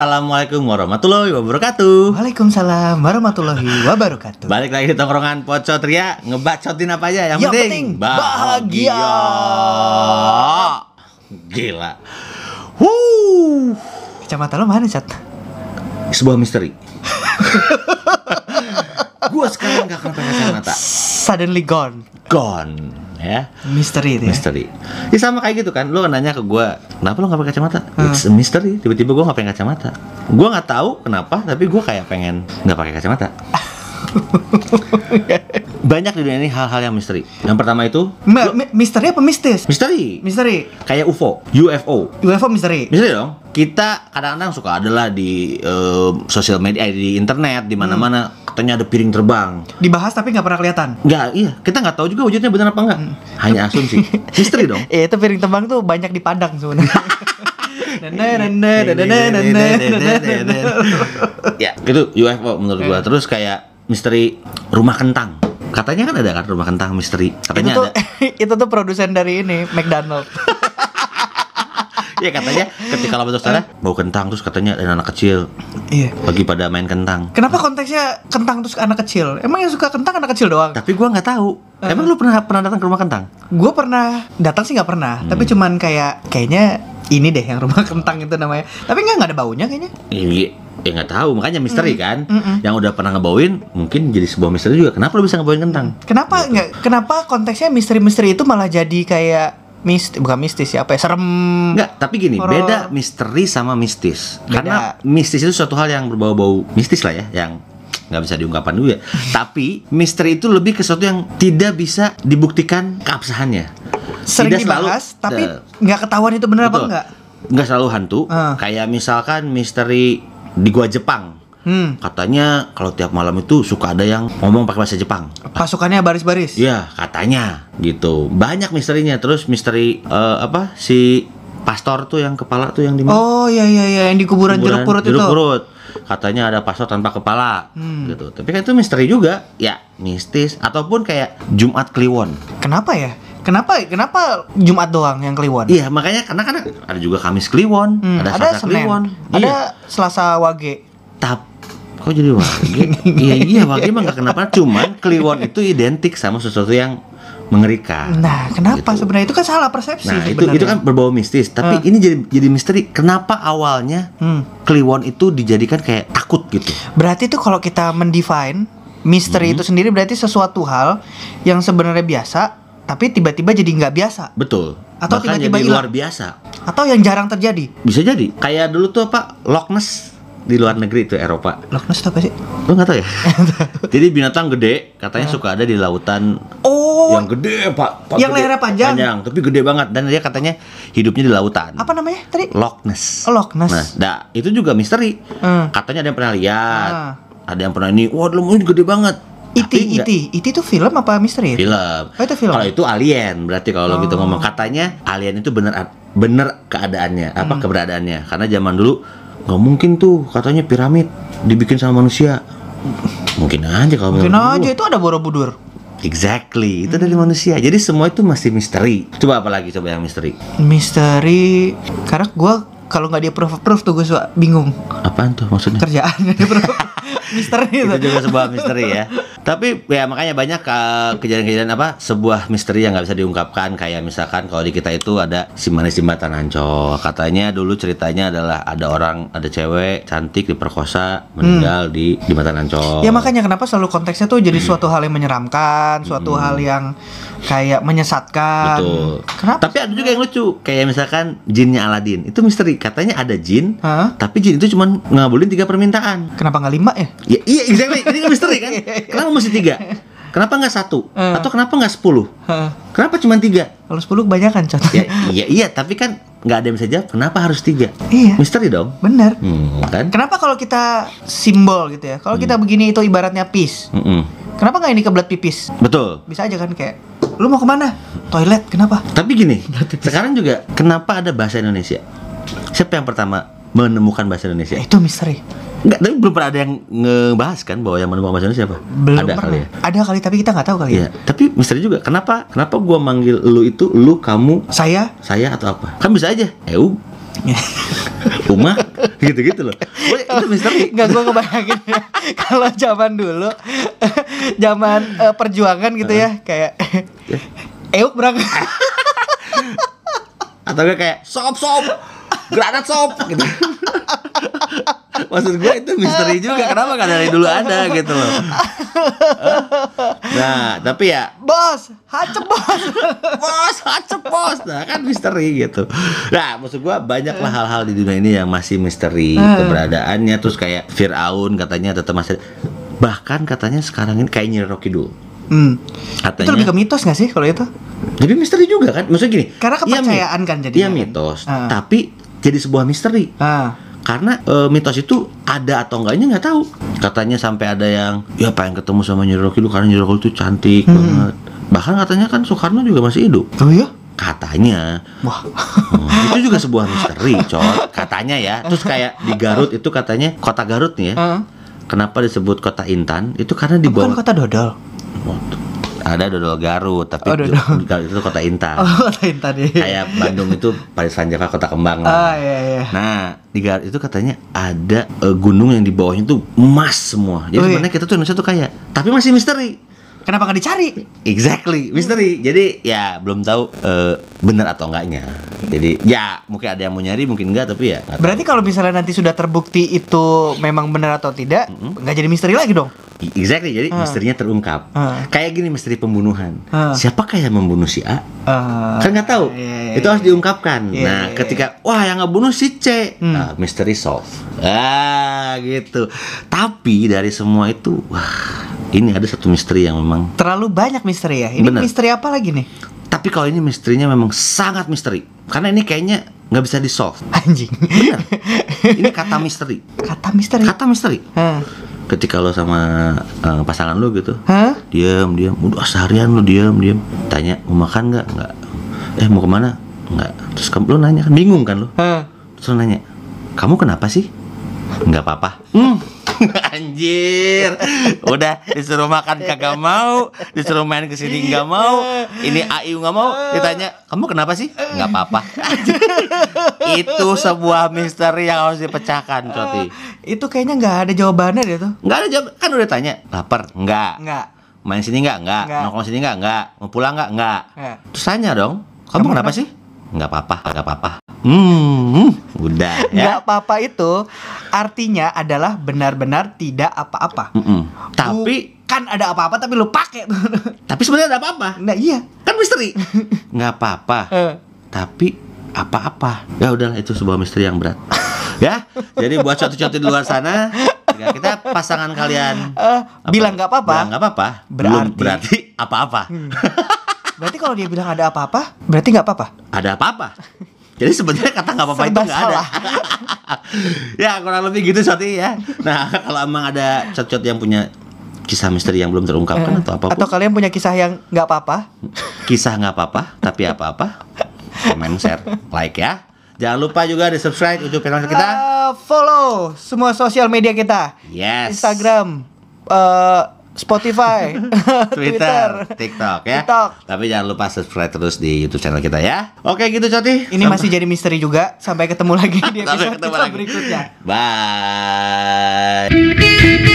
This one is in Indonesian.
Assalamualaikum warahmatullahi wabarakatuh. Waalaikumsalam warahmatullahi wabarakatuh. Balik lagi di tongkrongan Pocot Ria, ngebacotin apa aja yang penting bahagia. Gila. Kacamata lo mana, Cat? Sebuah misteri. Gua sekarang gak akan pakai kacamata. Suddenly gone. Ya. Misteri itu ya? Misteri. Ya sama kayak gitu kan. Lu nanya ke gua, kenapa lu gak pakai kacamata? It's a mystery. Tiba-tiba gua gak pakai kacamata. Gua gak tahu kenapa, tapi gua kayak pengen gak pakai kacamata. Banyak di dunia ini hal-hal yang misteri. Yang pertama itu misteri apa mistis? Misteri. Kayak UFO. UFO misteri. Misteri dong. Kita kadang-kadang suka adalah di sosial media, di internet, di mana-mana katanya ada piring terbang. Dibahas tapi nggak pernah kelihatan. Nggak, iya. Kita nggak tahu juga wujudnya benar apa enggak. Hanya asumsi. Misteri dong. Itu piring terbang tuh banyak di Padang sebenarnya. Ya, itu UFO menurut gua. Terus kayak misteri rumah kentang. Katanya kan ada kan rumah kentang misteri. Katanya ada. Itu tuh produsen dari ini McDonald. Ya katanya ketika lo masuk sana bau kentang, terus katanya ada anak kecil. Iya. Lagi pada main kentang. Kenapa konteksnya kentang terus anak kecil? Emang yang suka kentang anak kecil doang? Tapi gua nggak tahu. Emang lu pernah datang ke rumah kentang? Gue pernah datang sih nggak pernah. Tapi cuman kayaknya ini deh yang rumah kentang itu namanya. Tapi nggak ada baunya kayaknya. Iya. Ya nggak tahu, makanya misteri kan. Yang udah pernah ngebauin mungkin jadi sebuah misteri juga. Kenapa lu bisa ngebauin kentang? Kenapa konteksnya misteri-misteri itu malah jadi kayak bukan mistis ya, apa ya, serem. Enggak, tapi gini, horror. beda misteri sama mistis. Beda. Karena mistis itu suatu hal yang berbau-bau mistis lah ya, yang nggak bisa diungkapkan juga. Tapi misteri itu lebih ke sesuatu yang tidak bisa dibuktikan keabsahannya. Sering Tidak dibahas, tapi nggak ketahuan itu benar apa enggak. Nggak selalu hantu. Kayak misalkan misteri di gua Jepang. Katanya kalau tiap malam itu suka ada yang ngomong pakai bahasa Jepang. Pasukannya baris-baris. Iya, katanya gitu. Banyak misterinya. Terus misteri si pastor tuh yang kepala tuh yang di mana? Oh iya yang di kuburan jeruk purut itu. Katanya ada pastor tanpa kepala gitu. Tapi kan itu misteri juga. Ya, mistis ataupun kayak Jumat Kliwon. Kenapa ya? Kenapa Jumat doang yang Kliwon? Iya, makanya karena kan ada juga Kamis Kliwon, ada Selasa Kliwon, ada Selasa Wage. Kok jadi Wage? iya Wage mah nggak kenapa. Cuman Kliwon itu identik sama sesuatu yang mengerikan. Nah, kenapa gitu. Sebenarnya itu kan salah persepsi. Nah, itu kan berbau mistis. Tapi ini jadi misteri. Kenapa awalnya Kliwon itu dijadikan kayak takut gitu? Berarti tuh kalau kita mendefine misteri itu sendiri berarti sesuatu hal yang sebenarnya biasa, tapi tiba-tiba jadi nggak biasa. Betul. Atau bahkan tiba-tiba jadi hilang. luar biasa. Atau yang jarang terjadi. Bisa jadi. Kayak dulu tuh Loch Ness di luar negeri itu Eropa. Loch Ness itu apa sih? Lo nggak tahu ya? Jadi binatang gede katanya suka ada di lautan. Oh, yang gede pak yang gede, lehernya panjang, tapi gede banget, dan dia katanya hidupnya di lautan. Apa namanya tadi? Loch Ness. Loch Ness. Nah, itu juga misteri. Katanya ada yang pernah lihat, ada yang pernah ini. Wah, ini gede banget. E.T. itu film apa misteri? Film. Oh, itu film. Kalau itu alien, berarti kalau gitu ngomong, katanya alien itu bener keadaannya, keberadaannya. Karena zaman dulu nggak mungkin tuh katanya piramid dibikin sama manusia. Mungkin aja kalau mungkin aja itu ada Borobudur. Exactly, itu dari manusia. Jadi semua itu masih misteri. Coba apa lagi coba yang misteri? Misteri, karena gue kalau nggak dia proof tuh gue suka bingung. Apaan tuh maksudnya? Kerjaan nggak dia proof. Misteri itu juga sebuah misteri ya. Tapi ya makanya banyak kejadian-kejadian sebuah misteri yang nggak bisa diungkapkan. Kayak misalkan kalau di kita itu ada si manis jembatan Ancol. Katanya dulu ceritanya adalah ada cewek cantik diperkosa meninggal di jembatan Ancol. Ya makanya kenapa selalu konteksnya tuh jadi suatu hal yang menyeramkan, suatu hal yang kayak menyesatkan. Betul. Kenapa? Tapi ada juga yang lucu. Kayak misalkan jinnya Aladin. Itu misteri. Katanya ada jin, tapi jin itu cuma ngabulin 3 permintaan. Kenapa nggak 5 ya? Ya, iya, exactly. Ini kan misteri kan? Kenapa mesti 3? Kenapa nggak 1? Atau kenapa nggak 10? Kenapa cuma 3? Kalau 10 kebanyakan contohnya. Iya, tapi kan nggak ada yang bisa jawab. Kenapa harus 3? Iya. Misteri dong. Bener. Kan? Kenapa kalau kita simbol gitu ya? Kalau kita begini itu ibaratnya peace. Kenapa nggak ini kebelet pipis? Betul. Bisa aja kan kayak, lu mau kemana? Toilet. Kenapa? Tapi gini, sekarang juga kenapa ada bahasa Indonesia? Siapa yang pertama menemukan bahasa Indonesia? Itu misteri. Enggak, tapi belum pernah ada yang ngebahas kan bahwa yang menemukan bahasa Indonesia siapa? Belum ada pernah. kali ya? Ada kali, tapi kita nggak tahu kali ya. Tapi misteri juga. Kenapa gua manggil lu itu lu, kamu, saya atau apa? Kan bisa aja. Uma. Gitu-gitu loh. Itu misteri. Nggak, gue ngebayangin ya, kalau zaman dulu, zaman perjuangan gitu ya, kayak Euk berangkat. Atau kayak sop, granat sop gitu. Maksud gue itu misteri juga. Kenapa kan dari dulu ada gitu loh. Nah, tapi ya Bos, hacep bos. bos, hacep bos. Nah, kan misteri gitu. Nah, maksud gua banyaklah hal-hal di dunia ini yang masih misteri keberadaannya. Terus kayak Firaun katanya tetap masih, bahkan katanya sekarang ini kayak Nyi Roro Kidul. Itu lebih ke mitos nggak sih kalau itu? Jadi misteri juga kan? Maksudnya gini, Karena kepercayaan kan jadinya. Iya mitos, tapi jadi sebuah misteri. Karena mitos itu ada atau enggaknya nggak tahu. Katanya sampai ada yang ya pengen ketemu sama Nyi Roro Kidul karena Nyi Roro Kidul itu cantik banget. Bahkan katanya kan Soekarno juga masih hidup. Oh iya? Katanya. Wah. Itu juga sebuah misteri, Cot. Katanya ya. Terus kayak di Garut itu katanya kota Garut nih ya. Kenapa disebut kota Intan? Itu karena di bawah Bukan kota dodol. ada dodol Garut, tapi Garut itu kota Intan. Oh, kota Intan ya. Kayak Bandung itu Parisan Java, kota kembang lah. Iya. Nah, di Garut itu katanya ada gunung yang di bawahnya itu emas semua. Jadi sebenarnya kita tuh Indonesia tuh kaya, tapi masih misteri. Kenapa nggak dicari? Exactly, misteri. Jadi ya belum tahu benar atau enggaknya. Jadi ya mungkin ada yang mau nyari, mungkin enggak, tapi ya nggak tahu. Berarti kalau misalnya nanti sudah terbukti itu memang benar atau tidak, nggak jadi misteri lagi dong? Exactly, jadi misterinya terungkap. Kayak gini misteri pembunuhan. Siapakah yang membunuh si A? Kan nggak tahu. Itu harus diungkapkan. Nah, ketika wah yang ngebunuh si C, misteri solve. Gitu. Tapi dari semua itu, wah, ini ada satu misteri yang memang terlalu banyak misteri ya. Ini bener. Misteri apa lagi nih? Tapi kalau ini misterinya memang sangat misteri. Karena ini kayaknya nggak bisa di solve. Anjing. Bener. Ini kata misteri. Kata misteri. Kata misteri. Ketika lo sama pasangan lo gitu, diam, udah seharian lo diam, tanya mau makan nggak, mau kemana, nggak, terus lo nanya kan, bingung kan lo, terus lo nanya, kamu kenapa sih, nggak apa-apa, anjir, udah disuruh makan kagak mau, disuruh main kesini nggak mau, ini AIU nggak mau, ditanya kamu kenapa sih, nggak apa-apa. Itu sebuah misteri yang harus dipecahkan, Coti. Itu kayaknya nggak ada jawabannya deh tuh. Nggak ada jawab, kan udah tanya, lapar, nggak, main sini nggak, nongkrong sini nggak, mau pulang nggak. Terus tanya dong, kamu kenapa sih? Nggak apa-apa. Udah ya. Nggak apa-apa itu artinya adalah benar-benar tidak apa-apa. Tapi kan ada apa-apa tapi lu pakai. Tapi sebenarnya ada apa-apa. Nah iya. Kan misteri. Nggak apa-apa. Tapi apa-apa. Ya udahlah, itu sebuah misteri yang berat. Ya. Jadi buat coti-coti di luar sana, kita pasangan kalian bilang nggak apa-apa. Bilang nggak apa-apa. Berarti apa-apa. Berarti kalau dia bilang ada apa-apa, berarti nggak apa-apa. Ada apa-apa. Jadi sebenarnya kata nggak apa-apa itu nggak ada. Ya kurang lebih gitu Coti ya. Nah kalau emang ada cot-cot yang punya kisah misteri yang belum terungkapkan atau apapun, atau kalian punya kisah yang nggak apa-apa, kisah nggak apa-apa tapi apa-apa, komen, share, like ya. Jangan lupa juga di subscribe YouTube channel kita, follow semua sosial media kita, Instagram, Spotify, Twitter, TikTok ya. Tapi jangan lupa subscribe terus di YouTube channel kita ya. Oke gitu Coti. Ini masih jadi misteri juga. Sampai ketemu lagi di episode berikutnya. Bye.